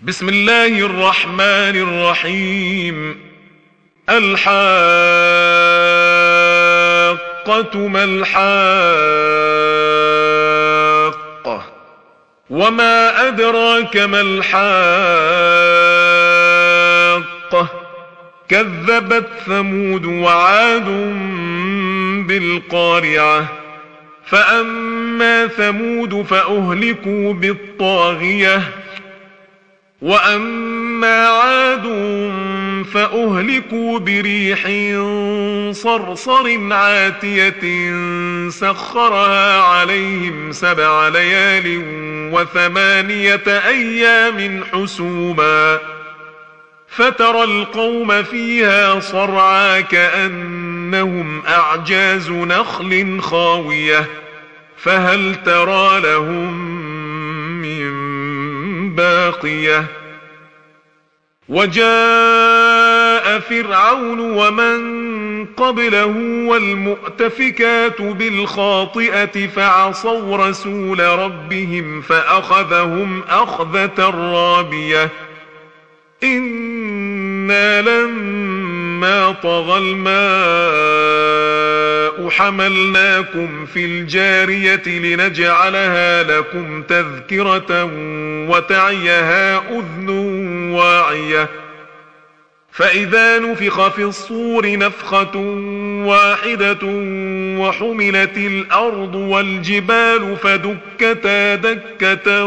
بسم الله الرحمن الرحيم. الحاقة ما الحاقة وما أدراك ما الحاقة كذبت ثمود وعاد بالقارعة فأما ثمود فأهلكوا بالطاغية وأما عاد فأهلكوا بريح صرصر عاتية سخرها عليهم 7 ليال و8 أيام حسوما فترى القوم فيها صرعى كأنهم أعجاز نخل خاوية فهل ترى لهم من باقية وجاء فرعون ومن قبله والمؤتفكات بالخاطئة فعصوا رسول ربهم فأخذهم أخذة رابية إنا لما طغى الماء حملناكم في الجارية لنجعلها لكم تذكرة وتعيها أذن واعية فإذا نفخ في الصور نفخة واحدة وحملت الأرض والجبال فدكتا دكة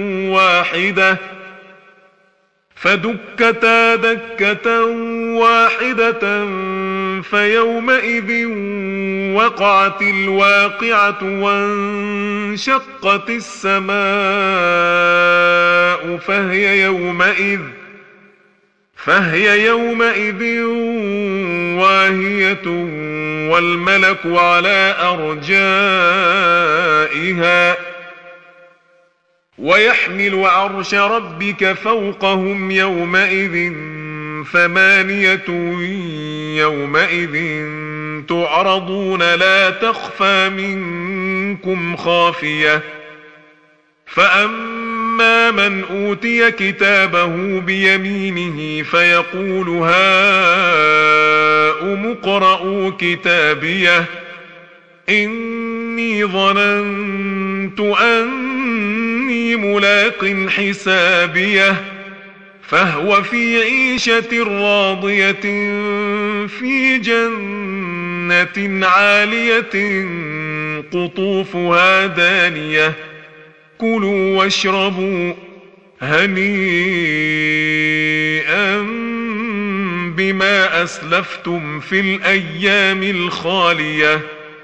واحدة فيومئذ وقعت الواقعة وانشقت السماء فهي يومئذ واهية والملك على أرجائها ويحمل عرش ربك فوقهم يومئذ 8 يومئذ تعرضون لا تخفى منكم خافية فأما من أوتي كتابه بيمينه فيقول هاؤم اقرءوا كتابيه إني ظننت أني ملاق حسابيه فهو في عيشة راضية في جنة عالية قطوفها دانية كلوا واشربوا هنيئا بما أسلفتم في الأيام الخالية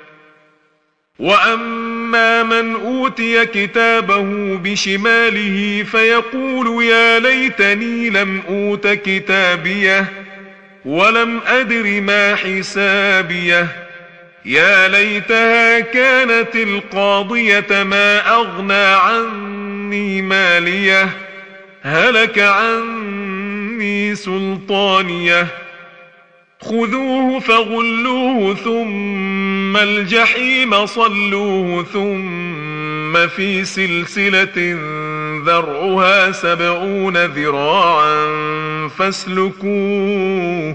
وأما من أوتي كتابه بشماله فيقول يا ليتني لم أوت كتابيه ولم أدر ما حسابيه يا ليتها كانت القاضية ما أغنى عني ماليه هلك عني سلطانيه خذوه فغلوه ثم الجحيم صلوه ثم في سلسلة ذرعها 70 ذراعا فاسلكوه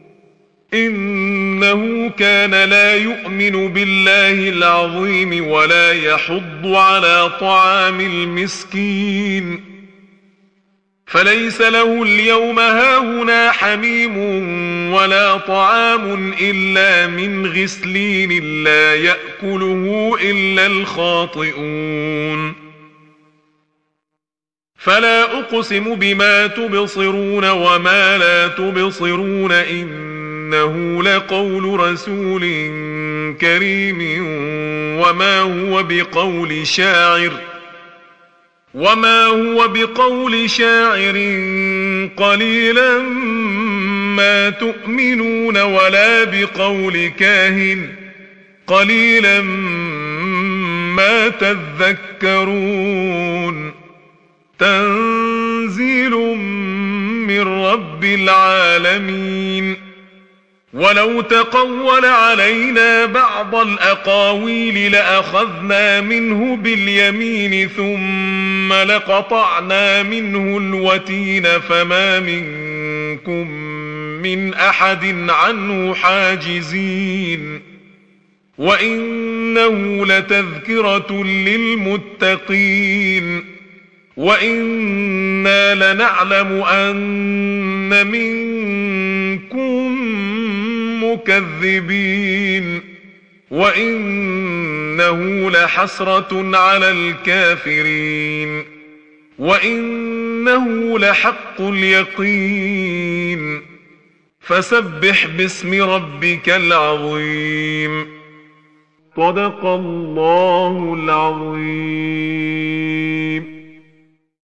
إنه كان لا يؤمن بالله العظيم ولا يحض على طعام المسكين فليس له اليوم هاهنا حميم ولا طعام إلا من غسلين لا يأكله إلا الخاطئون فلا أقسم بما تبصرون وما لا تبصرون إنه لقول رسول كريم وما هو بقول شاعر قليلا ما تؤمنون ولا بقول كاهن قليلا ما تذكرون تنزيل من رب العالمين ولو تقول علينا بعض الأقاويل لأخذنا منه باليمين ثم لقطعنا منه الوتين فما منكم من أحد عنه حاجزين وإنه لتذكرة للمتقين وإنا لنعلم أن منكم مكذبين وإنه لحسرة على الكافرين وإنه لحق اليقين فسبح باسم ربك العظيم. صدق الله العظيم.